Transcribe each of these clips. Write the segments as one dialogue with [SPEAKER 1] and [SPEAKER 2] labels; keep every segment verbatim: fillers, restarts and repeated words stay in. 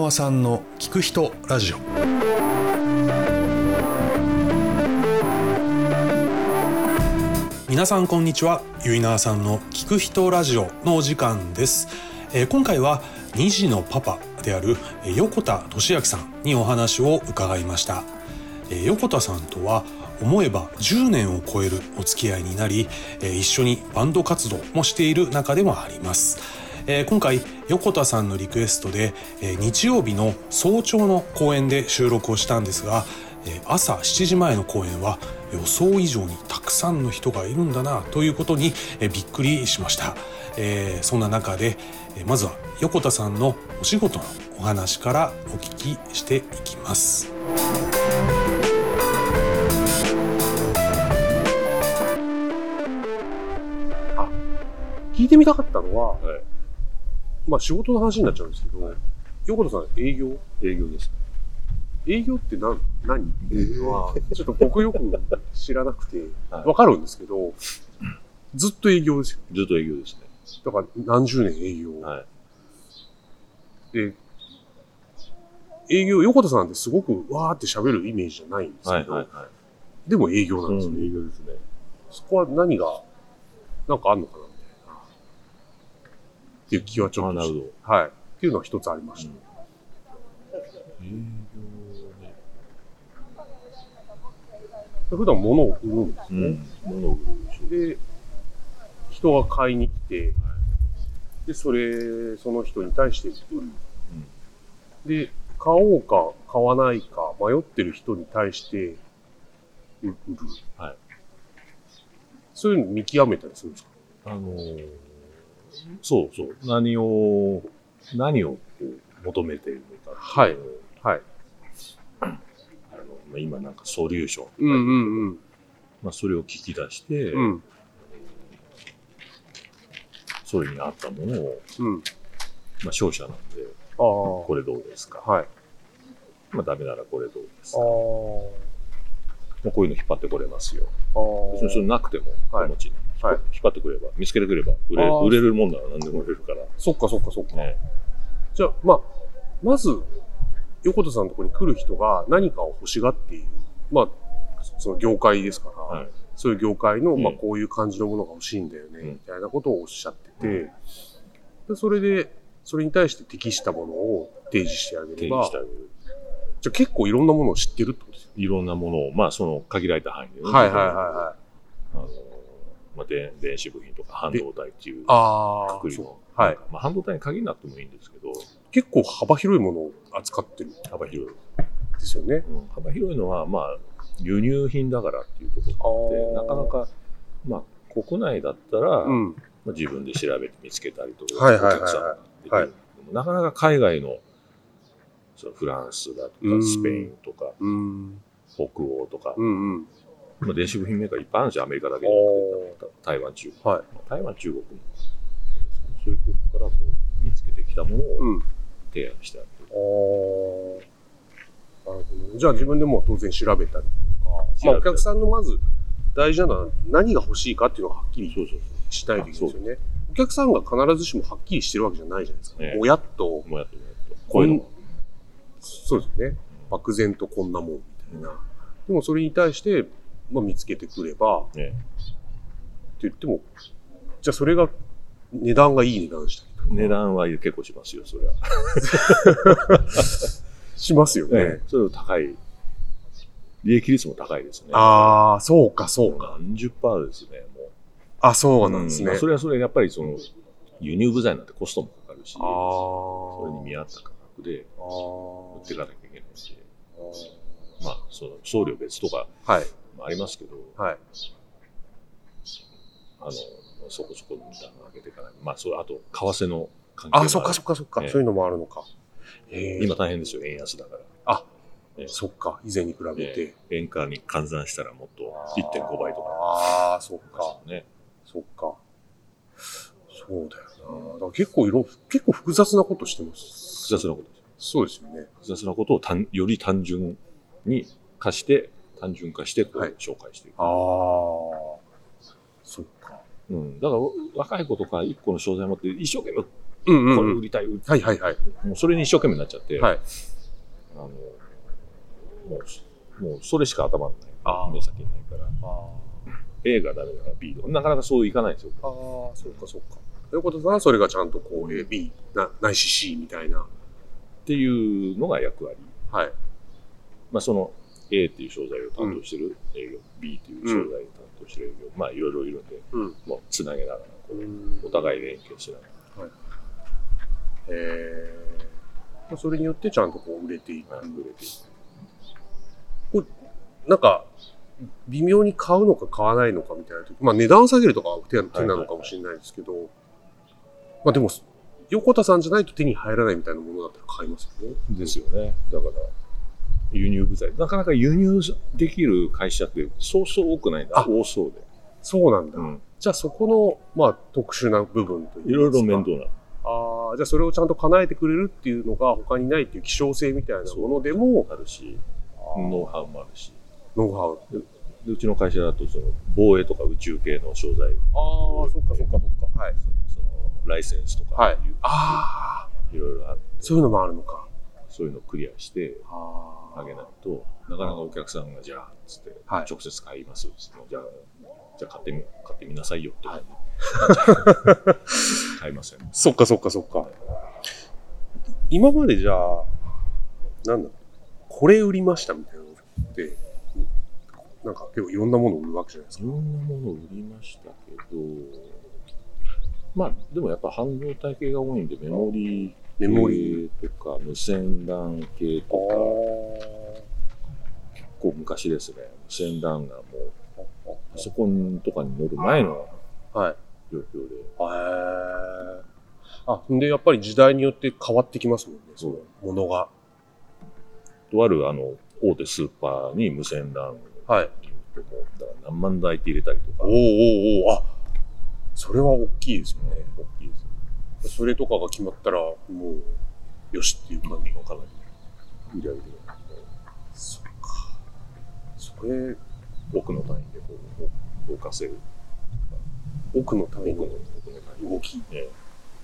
[SPEAKER 1] 縄さんの聞く人ラジオ。皆さんこんにちは。ゆいなわさんの聞く人ラジオのお時間です。えー、今回はに児のパパである横田俊明さんにお話を伺いました。えー、横田さんとは思えばじゅうねんを超えるお付き合いになり、えー、一緒にバンド活動もしている中でもあります。えー、今回横田さんのリクエストで、えー、日曜日の早朝の公演で収録をしたんですが、えー、朝しちじまえの公演は予想以上にたくさんの人がいるんだなということに、えー、びっくりしました。えー、そんな中で、えー、まずは横田さんのお仕事のお話からお聞きしていきます。
[SPEAKER 2] あ、聞いてみたかったのは、
[SPEAKER 3] はい、
[SPEAKER 2] まあ仕事の話になっちゃうんですけど、はい、横田さん営業
[SPEAKER 3] 営業ですね。
[SPEAKER 2] 営業って何何っていうのはちょっと僕よく知らなくてわかるんですけど、はい、ずっと営業ですよ。
[SPEAKER 3] ずっと営業ですね。
[SPEAKER 2] だから何十年営業、はい、で営業、横田さんってすごくわーって喋るイメージじゃないんですけど、はいはいはい、でも営業なんですよね、
[SPEAKER 3] うん、営業ですね。
[SPEAKER 2] そこは何がなんかあんのかなみたいなっていう気はちょっとして、はい、っていうのは一つありました。うん、営業ね。普段物を売るんですね。うん、物を売るで、人が買いに来て、はい、でそれその人に対して売る。うん、で買おうか買わないか迷ってる人に対して売る。はい、そういうの見極めたりするんですか？
[SPEAKER 3] あのー、そうそう。何を何をこう求めているのかっていうのを、はいはい、あの今なんかソリューションとか、うんうんうん、まあ、それを聞き出して、うん、それに合ったものを、うん、まあ、商社なんで、あ、これどうですか、はい、まあ、ダメならこれどうですか、あ、まあ、こういうの引っ張ってこれますよ。別にそれなくても手持ちに、はい、引っ張ってくれば、見つけてくれば売れ、売れるもんなら何でも売れるから。
[SPEAKER 2] そっかそっかそっか、ね、じゃあ、まあ、まず横田さんのところに来る人が何かを欲しがっている、まあその業界ですから、はい、そういう業界の、うん、まあ、こういう感じのものが欲しいんだよね、うん、みたいなことをおっしゃってて、うん、でそれでそれに対して適したものを提示してあげれば、提示してあげる。じゃあ結構いろんなものを知ってるってことですよね。
[SPEAKER 3] いろんなものを、まあその限られた範囲でね。
[SPEAKER 2] はいはいはいはい。
[SPEAKER 3] あのまあ、電, 電子部品とか半導体っていうくくりの、はい、まあ、半導体に限らなくてもいいんですけど、
[SPEAKER 2] 結構幅広いものを扱ってる。
[SPEAKER 3] 幅広い
[SPEAKER 2] ですよね。
[SPEAKER 3] うん、幅広いのはまあ輸入品だからっていうところがあって、なかなかまあ国内だったら、うん、まあ、自分で調べて見つけたりとか、はいはいはいはい、お客さんができる、はい、なかなか海外のそのフランスだとかスペインとか、うん、北欧とか、うんうん、まあ、電子部品メーカーいっぱいあるんですよ。アメリカだけじゃなくて、台湾、中国、はい、台湾、中国もそういうとこからこう見つけてきたものを提案してある、
[SPEAKER 2] うん、あ、なるほど。じゃあ自分でも当然調べたりとか、まあ、お客さんのまず大事なのは何が欲しいかっていうのがはっきりしないといけないですよね。お客さんが必ずしもはっきりしてるわけじゃないじゃないですか。ね、もやっと、もやっと、こういうの、そうですよね。漠然とこんなもんみたいな。でもそれに対して、まあ、見つけてくれば、ね、って言っても、じゃあそれが値段がいい値段したりとか。
[SPEAKER 3] 値段は結構しますよ、それは。
[SPEAKER 2] しますよね。ね、
[SPEAKER 3] それは高い。利益率も高いですね。
[SPEAKER 2] ああ、そうかそうか。
[SPEAKER 3] 何十パーですね、もう。
[SPEAKER 2] あ、そうなんですね。うん、まあ、
[SPEAKER 3] それはそれやっぱりその輸入部材なんてコストもかかるし、あ、それに見合った価格で売っていかなきゃいけないし、まあその送料別とかありますけど、はい、あのそこそこの値段を上げていかない。まあそれあと為替の関係もある。
[SPEAKER 2] あ、そっかそっかそっか、ね、そういうのもあるのか。
[SPEAKER 3] 今大変ですよ、円安だから。
[SPEAKER 2] あ、ね、そっか、以前に比べて、
[SPEAKER 3] ね、円価に換算したらもっと いってんご 倍とか。
[SPEAKER 2] ああ、そっか、ね、そっか、そうだよな。だから結構いろ結構複雑なことしてます。
[SPEAKER 3] 複雑なことです。
[SPEAKER 2] そうですよね。
[SPEAKER 3] 複雑なことをたんより単純に化して単純化してこう、はい、紹介していく。ああ、
[SPEAKER 2] そっか。
[SPEAKER 3] うん、だから若い子とか一個の商材持って一生懸命
[SPEAKER 2] うんうん、
[SPEAKER 3] これ売りたい、売り
[SPEAKER 2] たい。はいはいはい。
[SPEAKER 3] もうそれに一生懸命になっちゃって、はい、あのもう、もうそれしか頭にない。目先にないから。あ A がダメだから B とか、なかなかそういかないんですよ。あ
[SPEAKER 2] あ、そうかそうか。ということは、それがちゃんとこう A、B、なないし C みたいな。
[SPEAKER 3] っていうのが役割。はい。まあその A っていう商材を担当してる営業、うん、B っていう商材を担当してる営業、まあいろいろいるんで、うん、もうつなげながらこう、お互い連携しながら。はい。
[SPEAKER 2] えー、それによってちゃんとこう売れていく。はい、売れていく。これ、なんか、微妙に買うのか買わないのかみたいな時、まあ値段を下げるとかは手なのかもしれないですけど、はいはいはい、まあでも、横田さんじゃないと手に入らないみたいなものだったら買いますよね。
[SPEAKER 3] ですよね。だから、輸入部材。なかなか輸入できる会社ってそうそう多くないんだ。多そうで。
[SPEAKER 2] そうなんだ。うん、じゃあそこの、まあ特殊な部分というか。
[SPEAKER 3] いろいろ面倒な。
[SPEAKER 2] ああ、じゃあそれをちゃんと叶えてくれるっていうのが他にないっていう希少性みたいなものでも。
[SPEAKER 3] あるし、ノウハウもあるし。
[SPEAKER 2] ノウハウ。
[SPEAKER 3] でうちの会社だとその防衛とか宇宙系の商材。ああ、
[SPEAKER 2] そっかそっかそっか。はい。
[SPEAKER 3] そのライセンスとか。はい。
[SPEAKER 2] ああ。
[SPEAKER 3] いろいろある。
[SPEAKER 2] そういうのもあるのか。
[SPEAKER 3] そういうのをクリアしてあげないと、なかなかお客さんがじゃあ、つって、はい、直接買いますっつって、じゃあ、じゃあ買ってみ、買ってみなさいよって。はい、買いません、ね。
[SPEAKER 2] そっかそっかそっか。今までじゃあ、なんだ、これ売りましたみたいなのって、なんか結構いろんなものを売るわけじゃないですか。
[SPEAKER 3] いろんなものを売りましたけど、まあでもやっぱ半導体系が多いんでメモリーメモリーとか無線 ラン 系とか結構昔ですね。無線 ラン がもうパソコンとかに乗る前の状況で。
[SPEAKER 2] はい、あ、でやっぱり時代によって変わってきますもんね。そのものが。
[SPEAKER 3] とあるあの大手スーパーに無線 ラン はい。だから何万台って入れたりとか。
[SPEAKER 2] おーおーおー、あ、それは大きいですよね。大きいです。それとかが決まったら、もう、よしっていう感じがかなり売り上げてる。そっか。それ、
[SPEAKER 3] 億の単位でこう、動かせる。
[SPEAKER 2] 億の単位の動き。ね、へ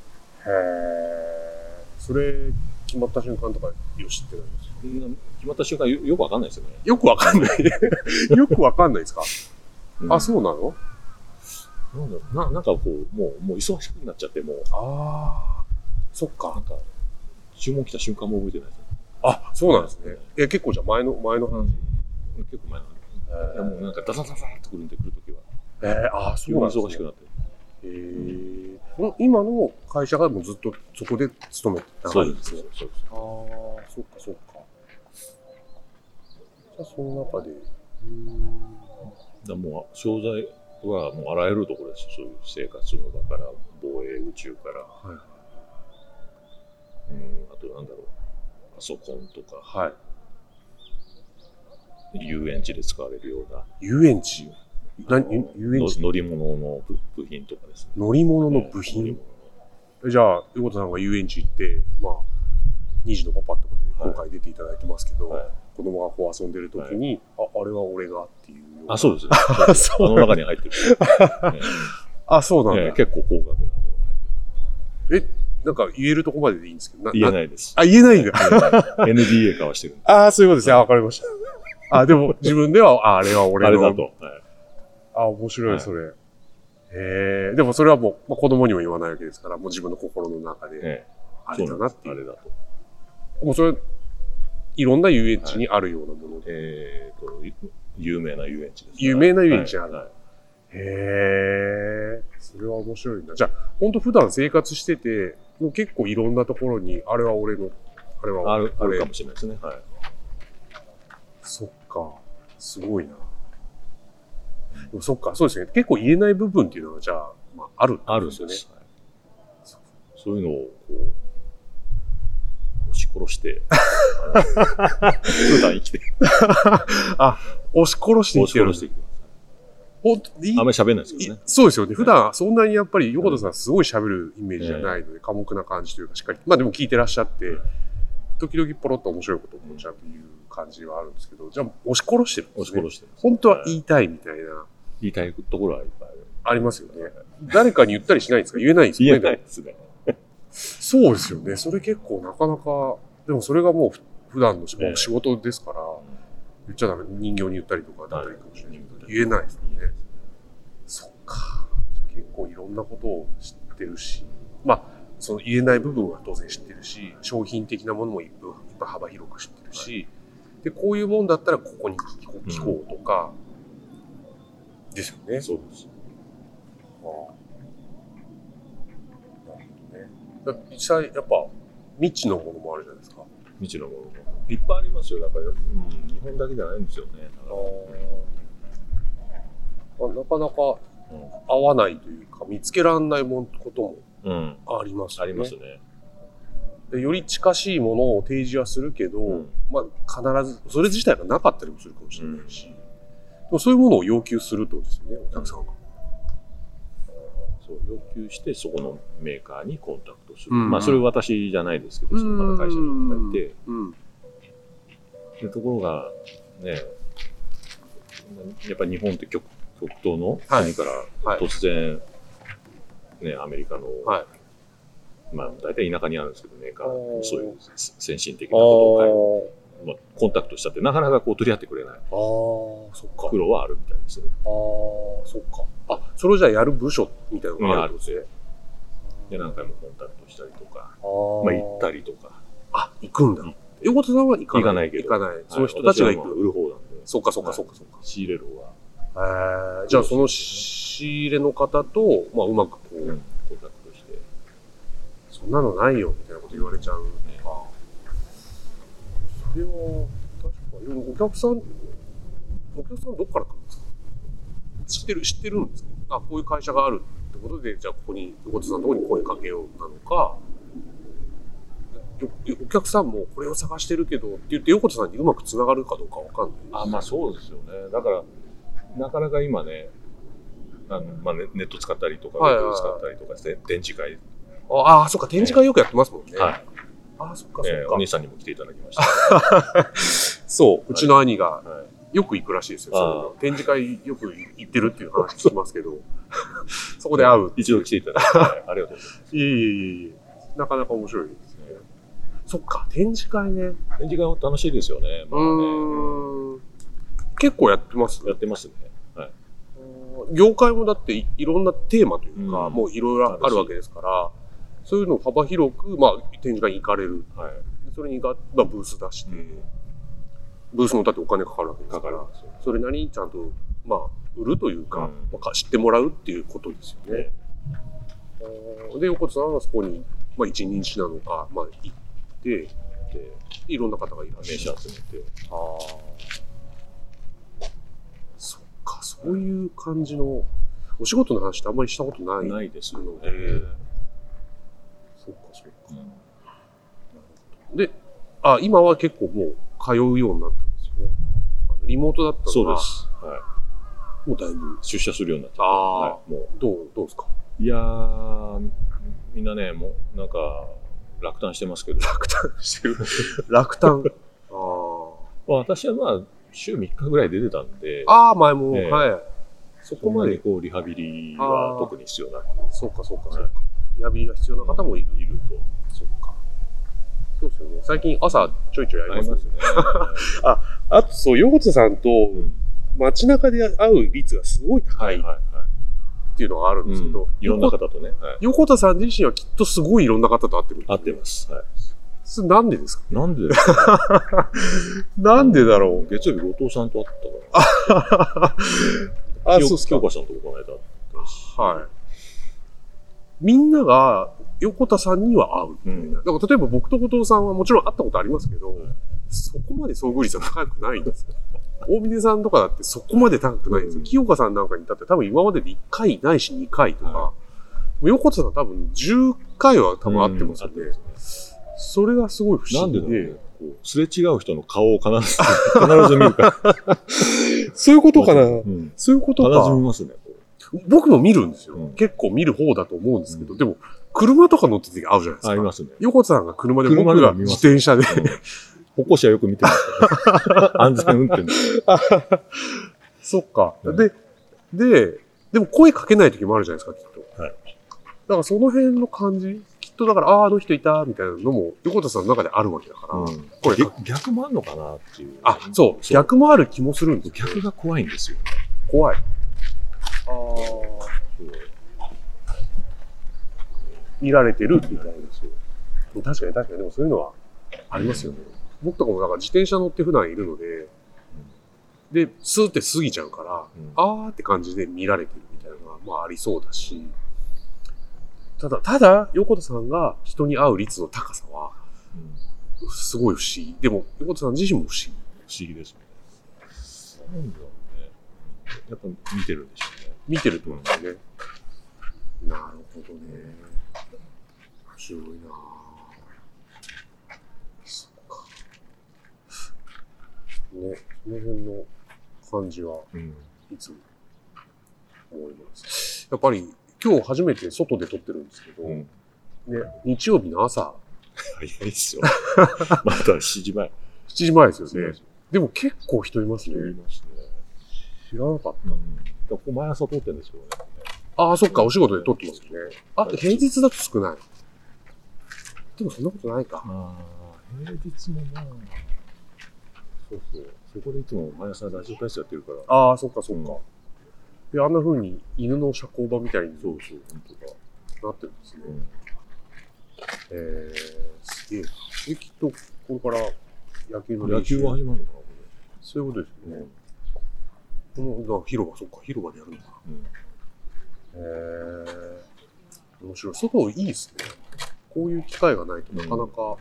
[SPEAKER 2] ー。それ、決まった瞬間とか、よしってなるんですか？
[SPEAKER 3] 決まった瞬間よ、よくわかんないですよね。
[SPEAKER 2] よくわかんない。よくわかんないですか？うん、あ、そうなの？
[SPEAKER 3] なんだろうな、なんかこう、もう、もう忙しくなっちゃって、もう。
[SPEAKER 2] ああ、そっか。なんか、
[SPEAKER 3] 注文来た瞬間も覚えてないですよ。
[SPEAKER 2] あ、そうなんですね。え、結構じゃあ前の、前の話、うん、
[SPEAKER 3] 結構前の話。いや、もうなんかダサダサってくるんで、来るときは。
[SPEAKER 2] えー、ああ、そうなんですね。
[SPEAKER 3] 忙しくなって。
[SPEAKER 2] へえー。今の会社がもうずっとそこで勤めてたんですね。そうです。ああ、そっかそっか。じゃあ、その中で。うーん。
[SPEAKER 3] だもう、商材はもうあらゆるところです。そういう生活の場から、防衛、宇宙から。はい。うん、あとなんだろう。パソコンとか。はい。遊園地で使われるような。
[SPEAKER 2] 遊園地何遊園地
[SPEAKER 3] 乗り物の部品とかですね。
[SPEAKER 2] 乗り物の部品、えー、じゃあ、横田さんが遊園地行って、まあ、にじのパパってことで今回出ていただいてますけど、はいはい、子供がこう遊んでる時に、はい、あ、あれは俺がっていう。
[SPEAKER 3] あ、そうですね。あの中に入ってる。
[SPEAKER 2] ね、あ、そうなんだ、
[SPEAKER 3] ね。結構高額なものが入って
[SPEAKER 2] る。え、なんか言えるとこまででいいんですけど。
[SPEAKER 3] 言えないです。
[SPEAKER 2] あ、言えないんだ。
[SPEAKER 3] エヌディーエー 交わしてるんで。
[SPEAKER 2] ああ、そういうことですね。わかりました。あ、でも自分では、あ、あれは俺の。
[SPEAKER 3] あれだと。はい、
[SPEAKER 2] あ、面白い、それ。はい、へえ、でもそれはもう、まあ、子供にも言わないわけですから、もう自分の心の中で、ええ、あれだなっていう。
[SPEAKER 3] あれだと。
[SPEAKER 2] もうそれ、いろんな遊園地にあるようなもので。
[SPEAKER 3] はい、えーと、有名な遊園地です、ね。
[SPEAKER 2] 有名な遊園地ある。はいはい、へえ、それは面白いな。じゃあ、ほんと普段生活してて、もう結構いろんなところに、あれは俺の、あれは
[SPEAKER 3] 俺の。あるかもしれないですね。はい。
[SPEAKER 2] そっか、すごいな。でもそっか、そうですね。結構言えない部分っていうのは、じゃあ、まあ、ある
[SPEAKER 3] んですよね。はい、そういうのを、こう、押し殺して、普段生きて。
[SPEAKER 2] あ、押し殺して生きてる。押し殺して生きてます。ほんとに
[SPEAKER 3] あんまり喋んないですけどね。
[SPEAKER 2] そうですよね。普段、そんなにやっぱり、横田さんすごい喋るイメージじゃないので、寡黙な感じというか、しっかり。まあでも聞いてらっしゃって、時々ポロッと面白いことを思っちゃうという感じはあるんですけど、じゃあ、押し殺してるんですね。
[SPEAKER 3] 押し殺してる。
[SPEAKER 2] 本当は言いたいみたいな。
[SPEAKER 3] 言いたいところはいっぱいある。
[SPEAKER 2] ありますよね。誰かに言ったりしないんですか？言えないんですか？
[SPEAKER 3] 言えないですね。
[SPEAKER 2] そうですよね。それ結構なかなか、でもそれがもう普段の仕事ですから、言っちゃダメ、人形に言ったりとかだったりかもしれないけど、言えないですよね。そっか。結構いろんなことを知ってるし、まあ、その言えない部分は当然知ってるし、商品的なものもいっぱい幅広く知ってるし、で、こういうもんだったらここに聞こうとか、ですよね。
[SPEAKER 3] そうです。
[SPEAKER 2] ああ。なるほどね。実際やっぱ未知のものもあるじゃないですか。
[SPEAKER 3] 未知のものもいっぱいありますよ。だから、うん、日本だけじゃないんですよね。
[SPEAKER 2] ああ。なかなか合わないというか、見つけられないもこともありますよね。
[SPEAKER 3] うん、ありますね。
[SPEAKER 2] でより近しいものを提示はするけど、うん、まあ必ずそれ自体がなかったりもするかもしれないし、うん、でもそういうものを要求するってことですよね、お客さんが。
[SPEAKER 3] そう要求してそこのメーカーにコンタクトする。うん、まあそれは私じゃないですけど、そのまだ会社にいて、うん、でところがね、やっぱり日本って極極東の国から突然、はいね、アメリカの、はいまあ、大体田舎にあるんですけど、メーカー、そういう先進的なことを、まあ、コンタクトしたって、なかなかこう取り合ってくれない。ああ、そっか。苦労はあるみたいですね。
[SPEAKER 2] ああ、そっか。あ、それをじゃあやる部署みたいなのがあるんですね。
[SPEAKER 3] で、何回もコンタクトしたりとか、あまあ、行ったりとか。
[SPEAKER 2] あ、行くんだ。横田さんは行かない。
[SPEAKER 3] 行かないけど。
[SPEAKER 2] 行かない。その人たちが行く。
[SPEAKER 3] 売る方なんで。
[SPEAKER 2] そっかそっかそっかそっか。
[SPEAKER 3] 仕入れる方は。
[SPEAKER 2] えー、じゃあその仕入れの方と、まあ、うまくこう、うん、
[SPEAKER 3] コンタクトして。
[SPEAKER 2] そんなのないよみたいなこと言われちゃうとか。それは、確かに、お客さん、お客さんどっから来るんですか？知ってる、知ってるんですか？あ、こういう会社があるってことで、じゃあここに、横田さんのところに声かけようなのか、お客さんもこれを探してるけどって言って横田さんにうまくつながるかどうかわかんない。
[SPEAKER 3] あ、まあそうですよね。だから、なかなか今ね、あのまあ、ネット使ったりとか、ウェブ使ったりとかして、展示会。
[SPEAKER 2] ああ、そっか、展示会よくやってますもんね。はい。ああ、そっか、そっか、
[SPEAKER 3] えー。お兄さんにも来ていただきました。
[SPEAKER 2] そう、うちの兄がよく行くらしいですよ。はい、展示会よく行ってるっていう話聞きますけど、そこで会う。
[SPEAKER 3] 一度来ていただいて、はい、ありがとうございます。
[SPEAKER 2] いえいえいえ、なかなか面白いですね。そっか、展示会ね。
[SPEAKER 3] 展示会も楽しいですよね。まあね、
[SPEAKER 2] うん。結構やってます？
[SPEAKER 3] やってますね。はい。
[SPEAKER 2] 業界もだってい, いろんなテーマというか、うん、もういろいろあるわけですから、そういうのを幅広く、まあ、展示会に行かれる。はい、それにが、まあ、ブース出して、うん、ブースのだってお金かかるわけですから、それなりにちゃんと、まあ、売るというか、うんまあ、知ってもらうっていうことですよね。うん、で、横田さんはそこに、まあ、一日なのか、まあ、行って、で、いろんな方がいらっしゃる。
[SPEAKER 3] 名刺集めて。あ
[SPEAKER 2] そっか、そういう感じの、お仕事の話ってあんまりしたことない
[SPEAKER 3] ないです
[SPEAKER 2] ので、ね、そっかそっか、うん。で、あ、今は結構もう通うようになったんですよね。リモートだったのが。
[SPEAKER 3] そうです。はい。
[SPEAKER 2] もうだいぶ
[SPEAKER 3] 出社するようになっちゃった。
[SPEAKER 2] ああ、はい、もうどうどうですか？
[SPEAKER 3] いやー、みんなね、もうなんか落胆してますけど。
[SPEAKER 2] 落胆してる。落胆。あ
[SPEAKER 3] あ。私はまあ週みっかぐらい出てたんで。
[SPEAKER 2] ああ、前も、えー、はい。
[SPEAKER 3] そこまでこうリハビリは特に必要なく。
[SPEAKER 2] そうかそうかそうか。リハビリが必要な方もいる、
[SPEAKER 3] いると。
[SPEAKER 2] そうか。そうですよね。最近朝ちょいちょいやります
[SPEAKER 3] ね。
[SPEAKER 2] あ、あとそう、横田さんと街中で会う率がすごい高いっていうのがあるんですけど、
[SPEAKER 3] いろんな方とね。
[SPEAKER 2] 横田さん自身はきっとすごいいろんな方と会ってるんです。
[SPEAKER 3] 会ってます。はい。
[SPEAKER 2] それなんでですか？
[SPEAKER 3] なんでですか？
[SPEAKER 2] なんでだろう。
[SPEAKER 3] 月曜日後藤さんと会ったから。あ、そうですか。京香さんとこの間会ったし。
[SPEAKER 2] はい。みんなが横田さんには会うみたいな。だから例えば僕と後藤さんはもちろん会ったことありますけど、うん、そこまで遭遇率は高くないんですよ。大峰さんとかだってそこまで高くないんですよ。うん、清香さんなんかに至って多分今まででいっかいないしにかいとか、はい、横田さん多分じゅっかいは多分会ってますよね。うん、それがすごい不思議で。なんでだろうね、
[SPEAKER 3] こうすれ違う人の顔を必ず、必ず見るから。
[SPEAKER 2] そういうことかな、うん、そういうことか。
[SPEAKER 3] 必ず見ますね。
[SPEAKER 2] 僕も見るんですよ、うん。結構見る方だと思うんですけど、うん、でも、車とか乗ってて会うじゃないですか。
[SPEAKER 3] ありますね。
[SPEAKER 2] 横田さんが車で、僕が自転車で。
[SPEAKER 3] 歩行者よく見てますから。安全運転で。
[SPEAKER 2] そっか、うん。で、で、でも声かけない時もあるじゃないですか、きっと。はい。だからその辺の感じ、きっとだから、ああ、あの人いたみたいなのも、横田さんの中であるわけだから、うん、これ
[SPEAKER 3] 逆もあるのかなっていう。
[SPEAKER 2] あ、そう、逆もある気もするんです
[SPEAKER 3] よ。逆が怖いんですよ。
[SPEAKER 2] 怖い。ああ。見られてるみたいな。確かに確かに、でもそういうのはありますよね。僕とかもだから自転車乗って普段いるので、で、スーって過ぎちゃうから、うん、あーって感じで見られてるみたいなのが、まあありそうだし、ただ、ただ、横田さんが人に会う率の高さは、すごい不思議。でも、横田さん自身も不思議。
[SPEAKER 3] 不思議ですね。なんだろうね。やっぱ見てるんでしょうね。
[SPEAKER 2] 見てると思うんですよね。なるほどね。面白いなぁ。そっか。ね、その辺の感じは、いつも思います。やっぱり、今日初めて外で撮ってるんですけど、うん、ね、日曜日の朝。
[SPEAKER 3] 早いっすよ。まだしちじまえ。
[SPEAKER 2] しちじまえですよね。でも結構人いますね。
[SPEAKER 3] 人いますね。
[SPEAKER 2] 知らなかった。
[SPEAKER 3] うん、ここ毎朝撮ってるんですよね。
[SPEAKER 2] ああ、そっか、お仕事で撮ってますよね。あ、平日だと少ない。でもそんなことないか。
[SPEAKER 3] ああ、平日もまあ。そうそう。そこでいつも毎朝ラジオ体操やってるから。
[SPEAKER 2] ああ、そっかそっか。うん、で、あんな風に犬の社交場みたいに。
[SPEAKER 3] そうそう、本当だ。
[SPEAKER 2] なってるんですね。うん、えー、すげえ。で、きっと、これから野球の
[SPEAKER 3] 練習。野球が始まるのかな、これ。
[SPEAKER 2] そういうことですよね。うん、この、だ広場、そっか、広場でやるのかな。うん、えー、面白い。外いいですね。こういう機会がないとなかなか。うん、
[SPEAKER 3] そう、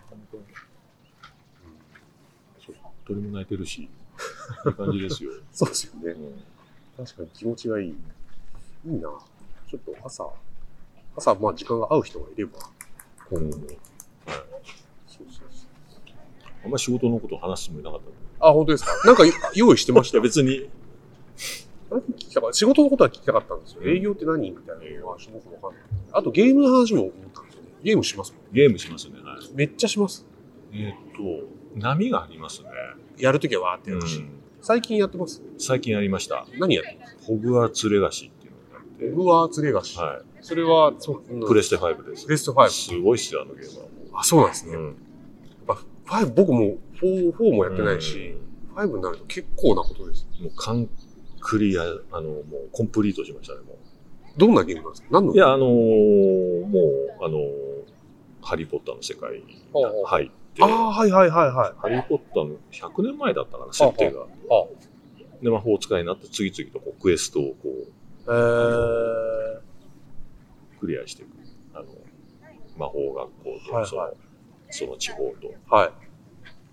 [SPEAKER 3] 鳥も鳴いてるし、いい感じですよ。
[SPEAKER 2] そうですよね。うん、確かに気持ちがいい。いいな。ちょっと朝、朝、まあ時間が合う人がいれば。
[SPEAKER 3] うん。はい。そうそうそう。あんまり仕事のことを話すつもりなかった。
[SPEAKER 2] あ、本当ですか。なんか用意してました。
[SPEAKER 3] いや別に。
[SPEAKER 2] 何聞きたかった？仕事のことは聞きたかったんですよ。営業って何みたいなのは、すごくわかんない。あとゲームの話も思ったんですよね。ゲームしますもん。
[SPEAKER 3] ゲームしますね。はい。
[SPEAKER 2] めっちゃします。
[SPEAKER 3] えっと、波がありますね。
[SPEAKER 2] やるときはわーってやるし、うん。最近やってます？
[SPEAKER 3] 最近やりました。
[SPEAKER 2] 何やってます？
[SPEAKER 3] ホグワーツレガシーっていうのがあって。
[SPEAKER 2] ホグワーツレガシー。
[SPEAKER 3] はい。
[SPEAKER 2] それは、そう、
[SPEAKER 3] プレステファイブです。
[SPEAKER 2] プレステファイブ。
[SPEAKER 3] すごいっすよ、あのゲームは。
[SPEAKER 2] あ、そうなんですね。うん。やっぱ、ファイブ、僕もフォー、フォーもやってないし、うん、ファイブになると結構なことです。
[SPEAKER 3] もう完クリア、あの、もうコンプリートしましたね、もう。
[SPEAKER 2] どんなゲームなんですか？何の？
[SPEAKER 3] いや、あのー、もう、あのー、ハリーポッターの世界に入って。
[SPEAKER 2] ああ、はいはいはいはい。
[SPEAKER 3] ハリーポッターのひゃくねんまえだったかな、設定が。ああで、魔法使いになって次々とこうクエストをこう、えー、クリアしていく。あの、魔法学校と、はいはい、その、その地方と。はい。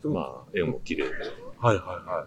[SPEAKER 3] まあ、絵も綺麗で。
[SPEAKER 2] はいはいはい。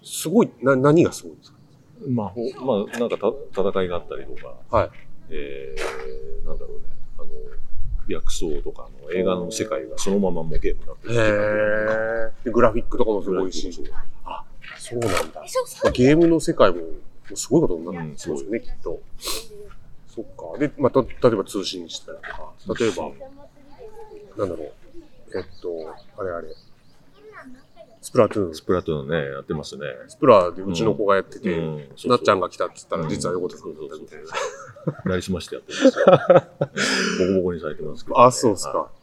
[SPEAKER 2] すごい、な、何がすごいですか？
[SPEAKER 3] 魔法、まあ、なんかた戦いがあったりとか、はい。えー、なんだろうね、あの、薬草とかの映画の世界がそのままもうゲームになってる。
[SPEAKER 2] へー。で、グラフィックとかもすごいし。あ、そうなんだ。ゲームの世界もすごいことになってるんですよね、うん、きっと。そっか。で、まあ、例えば通信したりとか、例えば、なんだろう、えっと、あれあれ、スプラトゥーン。
[SPEAKER 3] スプラトゥーンね、やってますね。
[SPEAKER 2] スプラでうちの子がやってて、うんうん、そうそうなっちゃんが来たって言ったら、実は横田さんだったみたいな。
[SPEAKER 3] なりすましてやってるんですよ。ボコボコにされてますけど、ね。
[SPEAKER 2] あ、そうですか。はい、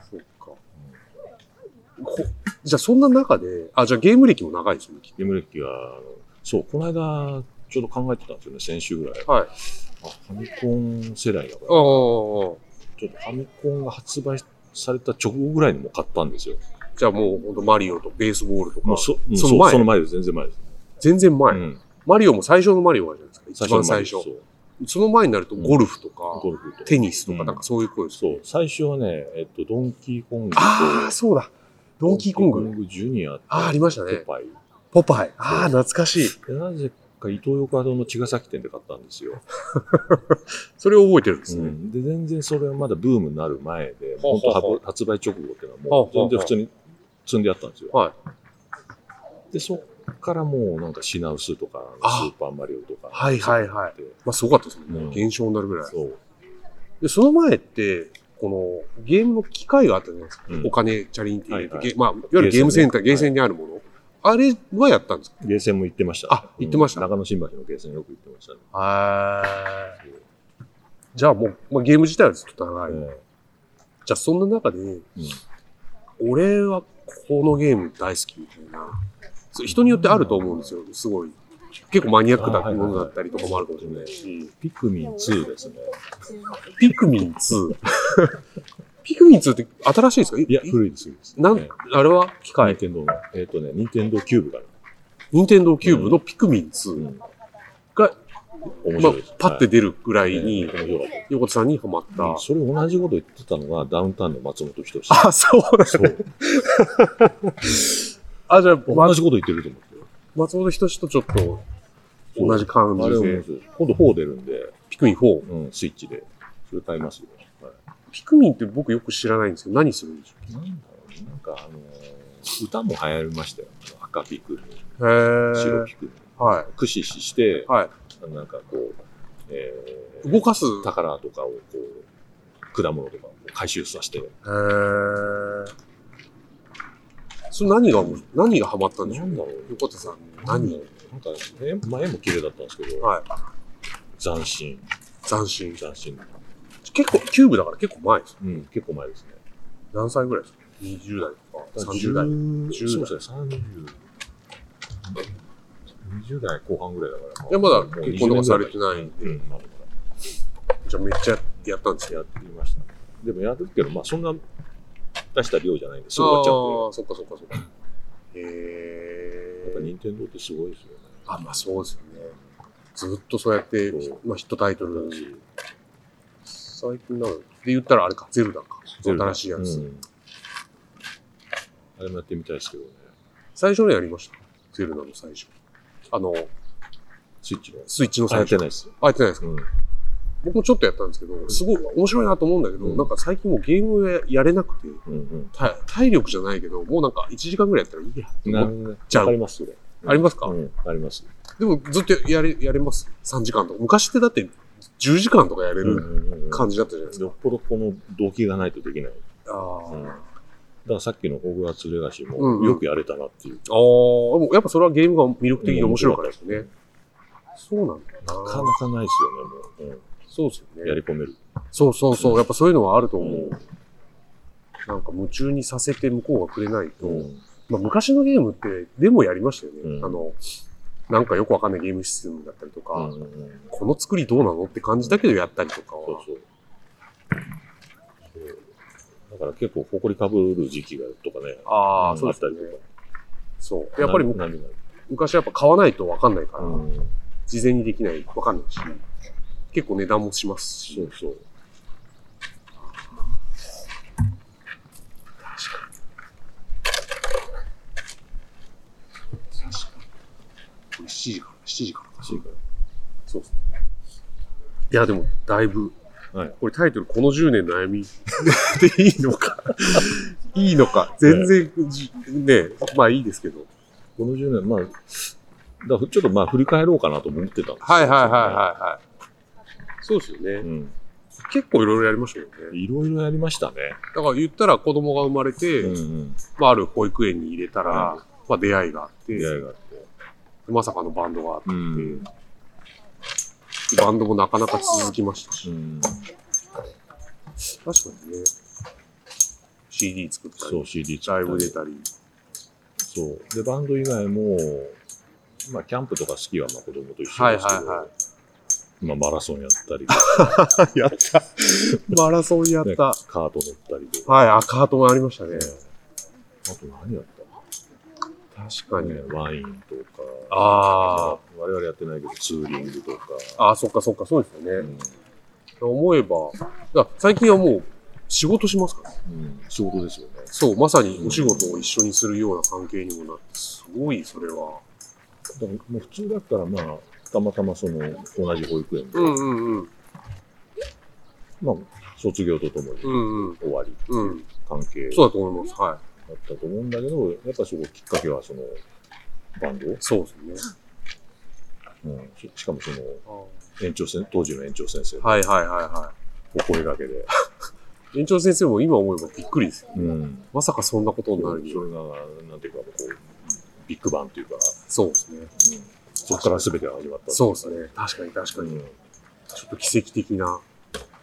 [SPEAKER 2] そっか、うん。じゃあ、そんな中で、あ、じゃあゲーム歴も長いですね。
[SPEAKER 3] ゲーム歴は、そう、この間、ちょうど考えてたんですよね、先週ぐらい。はい。あ、ファミコン世代だから。ああ。ちょっとファミコンが発売された直後ぐらいにも買ったんですよ。
[SPEAKER 2] じゃあもうほんとマリオとベースボールとか。もう
[SPEAKER 3] そ、その前その前です、全然前です、ね。
[SPEAKER 2] 全然前、うん。マリオも最初のマリオがあるじゃないですか。一番最初。そ, その前になるとゴルフとか、うん、ゴルフとテニスとかなんかそういう声です、
[SPEAKER 3] ね、うん。そう。最初はね、えっと、ドンキーコングと。
[SPEAKER 2] ああ、そうだ。ドンキーコング。
[SPEAKER 3] ドンキーコングジュニアと。
[SPEAKER 2] ああ、ありましたね。
[SPEAKER 3] ポパイ。
[SPEAKER 2] ポパイ。ああ、懐かしい。
[SPEAKER 3] なぜかイトーヨーカドーの茅ヶ崎店で買ったんですよ。
[SPEAKER 2] それを覚えてるんですね、うん。
[SPEAKER 3] で、全然それはまだブームになる前で、本当発売直後っていうのはもう全然普通に積んであったんですよ。はい。で、そっからもうなんか品薄とか、スーパーマリオとか。
[SPEAKER 2] はいはいはい。まあすごかったですね。うん、減少になるぐらい。そう。で、その前って、このゲームの機械があったじゃないですか。うん、お金チャリンって入れて、はいはい、まあ、いわゆるゲームセンター、ゲーセンにあるもの。はい、あれはやったんですか？
[SPEAKER 3] ゲーセンも行ってました。
[SPEAKER 2] あ、行ってました。
[SPEAKER 3] うん、中野新橋のゲーセンよく行ってましたね。
[SPEAKER 2] へじゃあもう、まあ、ゲーム自体はずっと長い。
[SPEAKER 3] えー、
[SPEAKER 2] じゃあそんな中で、うん、俺はこのゲーム大好きみたいな。人によってあると思うんですよ。すごい。結構マニアックなものだったりとかもあるかもしれないし。はいはいはい、
[SPEAKER 3] ピクミンツーですね。
[SPEAKER 2] ピクミンツー。ピクミンツーって新しいですか？
[SPEAKER 3] いや、古いです。
[SPEAKER 2] なん、あれは機械？
[SPEAKER 3] ニンテンドーの、えっとね、ニンテンドーキューブかな。
[SPEAKER 2] ニンテンドーキューブのピクミンツーが、
[SPEAKER 3] 面白いです。
[SPEAKER 2] まあ、パッて出るぐらいに、横田さんにハマった、
[SPEAKER 3] うん。それ同じこと言ってたのがダウンタウンの松本人志。
[SPEAKER 2] あ、そうだね。あ、じゃあ、
[SPEAKER 3] 同じこと言ってると思って。
[SPEAKER 2] 松本人志とちょっと同じ感じで。
[SPEAKER 3] 今度フォー出るんで。
[SPEAKER 2] ピクミンフォー？
[SPEAKER 3] うん、スイッチで。それ買いますよ。はい、
[SPEAKER 2] ピクミンって僕よく知らないんですけど、何するんでしょう？
[SPEAKER 3] なんだろう、なんかあのー、歌も流行りましたよ。赤ピクミン。
[SPEAKER 2] へー。
[SPEAKER 3] 白ピクミン。
[SPEAKER 2] はい。
[SPEAKER 3] 駆使して、
[SPEAKER 2] はい。
[SPEAKER 3] なんかこう、え
[SPEAKER 2] ー、動かす
[SPEAKER 3] 宝とかをこう、果物とかを回収させて。へ
[SPEAKER 2] ー。それ何が、何がハマったんでしょう？
[SPEAKER 3] なんだろう。
[SPEAKER 2] 横手さん、何？
[SPEAKER 3] なんか、前も綺麗だったんですけど、
[SPEAKER 2] はい。
[SPEAKER 3] 斬新。
[SPEAKER 2] 斬新。
[SPEAKER 3] 斬新。
[SPEAKER 2] 結構、キューブだから結構前です。
[SPEAKER 3] うん、結構前ですね。
[SPEAKER 2] 何歳ぐらいですか？にじゅう代とか、さんじゅう代。
[SPEAKER 3] そうですね、さんじゅう。にじゅう代後半ぐらいだから。
[SPEAKER 2] いや、まだ結婚とかされてないんで。
[SPEAKER 3] うん、まだまだ。
[SPEAKER 2] じゃあめっちゃやったんですよ。
[SPEAKER 3] やってみました。でもやるけど、まあそんな出した量じゃないんですぐ終わっちゃって。
[SPEAKER 2] ああ、そっかそっかそっか。へえ。
[SPEAKER 3] やっぱ任天堂ってすごいですよね。
[SPEAKER 2] あ、まあそうですよね。ずっとそうやって、まあヒットタイトルだし。最近なので言ったらあれか、ゼルダか。新しいやつ、うん。
[SPEAKER 3] あれもやってみたいですけどね。
[SPEAKER 2] 最初のやりました。ゼルダの最初。あの、
[SPEAKER 3] スイッチの。
[SPEAKER 2] スイッチの最初。
[SPEAKER 3] やってないです。
[SPEAKER 2] あ、やってないですか、うん、僕もちょっとやったんですけど、すごい面白いなと思うんだけど、うん、なんか最近もうゲームやれなくて、うんうん、体力じゃないけど、もうなんかいちじかんぐらいやったらいいやって思っちゃう。
[SPEAKER 3] あります、それ。
[SPEAKER 2] ありますか、
[SPEAKER 3] うん、あります。
[SPEAKER 2] でもずっとやれ、やれます。さんじかんとか。昔ってだってじゅうじかんとかやれる感じだったじゃないですか。
[SPEAKER 3] よっぽどこの動機がないとできない。
[SPEAKER 2] ああ、
[SPEAKER 3] うん。だからさっきのホグワーツレガシーもよくやれたなっていう。
[SPEAKER 2] うんうん、ああ、やっぱそれはゲームが魅力的で面白いからですね。そうなんだ
[SPEAKER 3] な。なかなかないですよね、もう。うん、
[SPEAKER 2] そうですよね。
[SPEAKER 3] やり込める。
[SPEAKER 2] そうそうそう。やっぱそういうのはあると思う。うん、なんか夢中にさせて向こうがくれないと。うん、まあ昔のゲームってデモやりましたよね。うん、あの、なんかよくわかんないゲームシステムだったりとか、うんうんうん、この作りどうなのって感じだけどやったりとかは。そうそう
[SPEAKER 3] だから結構埃かぶる時期がとかね。
[SPEAKER 2] ああ、そうですね。そう。やっぱり昔やっぱ買わないとわかんないから、うん、事前にできない、わかんないし、結構値段もしますし。
[SPEAKER 3] そうそう。
[SPEAKER 2] 確かに。確かに。しちじから、しちじから。
[SPEAKER 3] しちじから。
[SPEAKER 2] そうですね。いや、でも、だいぶ、はい、これタイトル、このじゅうねん悩みでいいのか。いいのか。全然、ね、ね、まあいいですけど。
[SPEAKER 3] このじゅうねん、まあ、だちょっとまあ振り返ろうかなと思ってたんですよ。
[SPEAKER 2] はいはいはいはいはい。そうですよね。うん、結構いろいろやりましたよね。
[SPEAKER 3] いろいろやりましたね。
[SPEAKER 2] だから言ったら子供が生まれて、うんうん、まあある保育園に入れたら、うん、まあ出会いがあって、
[SPEAKER 3] 出会いがあって、
[SPEAKER 2] まさかのバンドがあって、うん、バンドもなかなか続きましたし、うん、確かにね、シーディー 作ったり、
[SPEAKER 3] そう シーディー 作ったり、
[SPEAKER 2] ライブ出たり、
[SPEAKER 3] そうでバンド以外も、まあキャンプとか好きはまあ子供と一緒ですけど、はいはいはい、まあマラソンやったりと
[SPEAKER 2] か、やった、マラソンやった、ね、
[SPEAKER 3] カート乗ったりとか、
[SPEAKER 2] はい、あカートもありましたね。
[SPEAKER 3] あと何やった？
[SPEAKER 2] 確かに、ね、
[SPEAKER 3] ワインとか、
[SPEAKER 2] ああ、
[SPEAKER 3] 我々やってないけどツーリングとか、
[SPEAKER 2] ああ、そっかそっか、そうですよね。うん、思えば、だ最近はもう仕事しますから、ね、
[SPEAKER 3] うん、仕事ですよね。
[SPEAKER 2] そう、まさにお仕事を一緒にするような関係にもなって、すごいそれは。
[SPEAKER 3] だもう普通だったらまあたまたまその同じ保育園で、
[SPEAKER 2] うんうんうん、
[SPEAKER 3] まあ卒業とともに終わりっていう関係、うんうん、
[SPEAKER 2] そうだと思います。はい。
[SPEAKER 3] だったと思うんだけど、やっぱそこきっかけはそのバンド。
[SPEAKER 2] そうです
[SPEAKER 3] ね。うん。しかもその園長先当時の園長先生。
[SPEAKER 2] はいはいはいはい。
[SPEAKER 3] お声掛けで。
[SPEAKER 2] 園長先生も今思えばびっくりですよね。
[SPEAKER 3] うん。
[SPEAKER 2] まさかそんなことになるに。
[SPEAKER 3] それがなんていうかこうビッグバンというか。
[SPEAKER 2] そうですね。うん。
[SPEAKER 3] そこから全てが始まった。
[SPEAKER 2] そうですね。確かに確かに。うん、ちょっと奇跡的な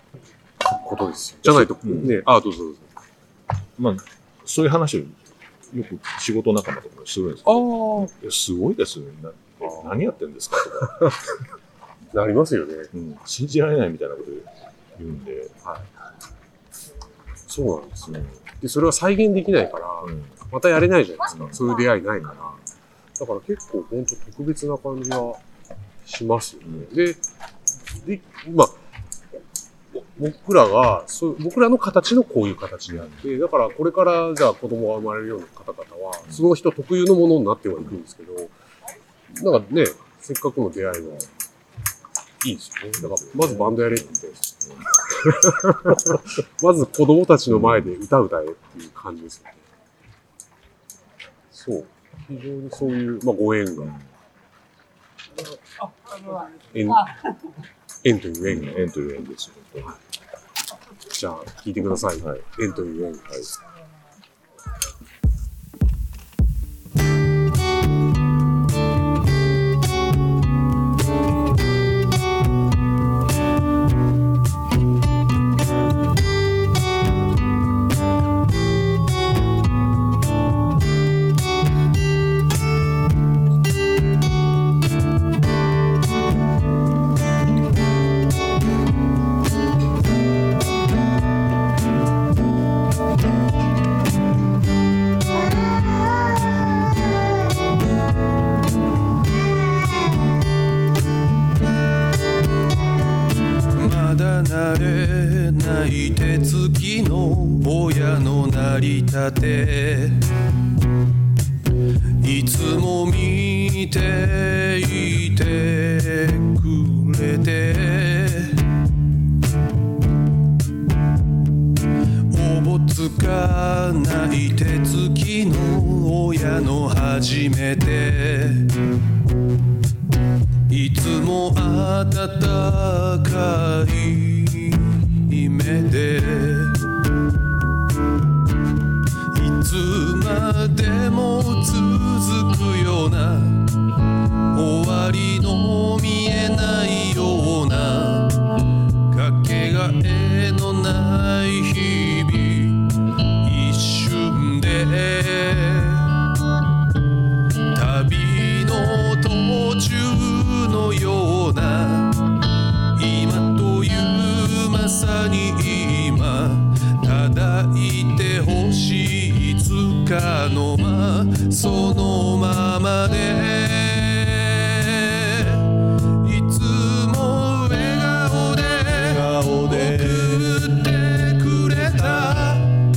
[SPEAKER 2] ことですよ。じゃないと、ね、ああ、どうぞどうぞ。
[SPEAKER 3] まあ、そういう話をよく仕事仲間とかするんですけど、あすごいですね。何やってんですかとか。
[SPEAKER 2] なりますよね、
[SPEAKER 3] うん。信じられないみたいなこと言うんで。はい、
[SPEAKER 2] そうなんですね、うん。で、それは再現できないから、うん、またやれないじゃないですか。うん、そういう出会いないから。だから結構本当特別な感じはしますよね。うん、で、で、まあ、僕らがそう、僕らの形のこういう形であって、だからこれからじゃあ子供が生まれるような方々は、その人特有のものになってはいくんですけど、なんかね、せっかくの出会いはいいですよね。だからまずバンドやれって言って、まず子供たちの前で歌歌えっていう感じですよね。そう。非常にそういう、まあ、ご縁が。縁、縁という縁が。
[SPEAKER 3] 縁という縁ですよ。はい、
[SPEAKER 2] じゃあ、聞いてください。はい、縁という縁。はい
[SPEAKER 4] 慣れない手つきの親のなりたていつも見ていてくれておぼつかない手つきの親の初めていつも温かい目でいつまでも続くような終わりの見えないようなかけがえのない日々一瞬で旅の途中のような今というまさに今ただいてほしいいつかのまそのままでいつも笑顔で送ってくれた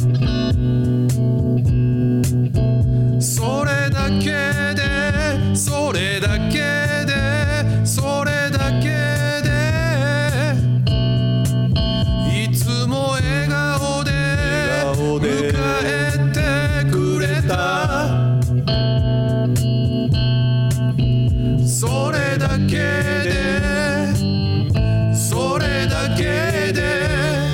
[SPEAKER 4] それだけでそれだけでそれだけでいつも笑顔で迎えてくれたそれだけでそれだけで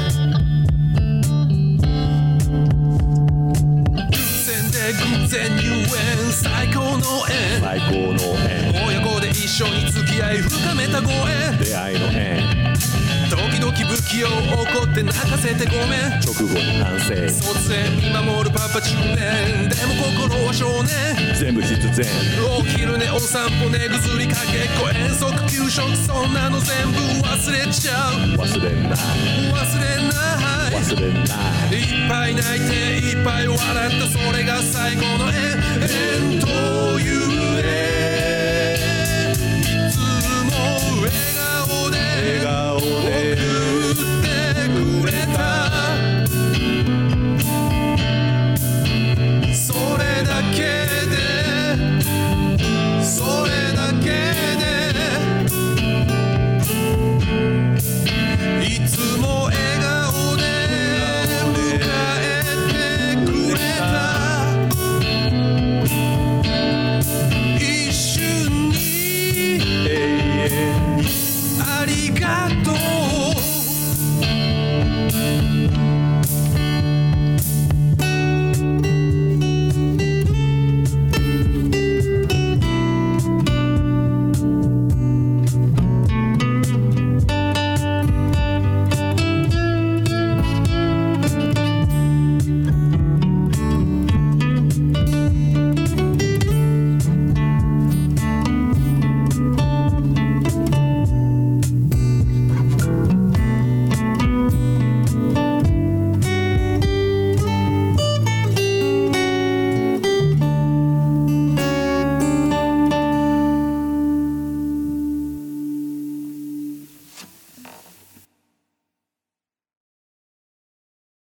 [SPEAKER 4] 偶然遊園最高の縁
[SPEAKER 3] 最高の縁
[SPEAKER 4] 親子で一緒に付き合い深めたご縁
[SPEAKER 3] 出会いの縁
[SPEAKER 4] 時々不器用怒って泣かせてごめん
[SPEAKER 3] 直後に反省
[SPEAKER 4] 突然見守るパパ中年でも心は少年
[SPEAKER 3] 全部必然
[SPEAKER 4] お昼寝お散歩寝ぐずりかけっこ遠足給食そんなの全部忘れちゃう
[SPEAKER 3] 忘れない
[SPEAKER 4] 忘れない
[SPEAKER 3] 忘れない
[SPEAKER 4] いっぱい泣いていっぱい笑ったそれが最後の縁縁という縁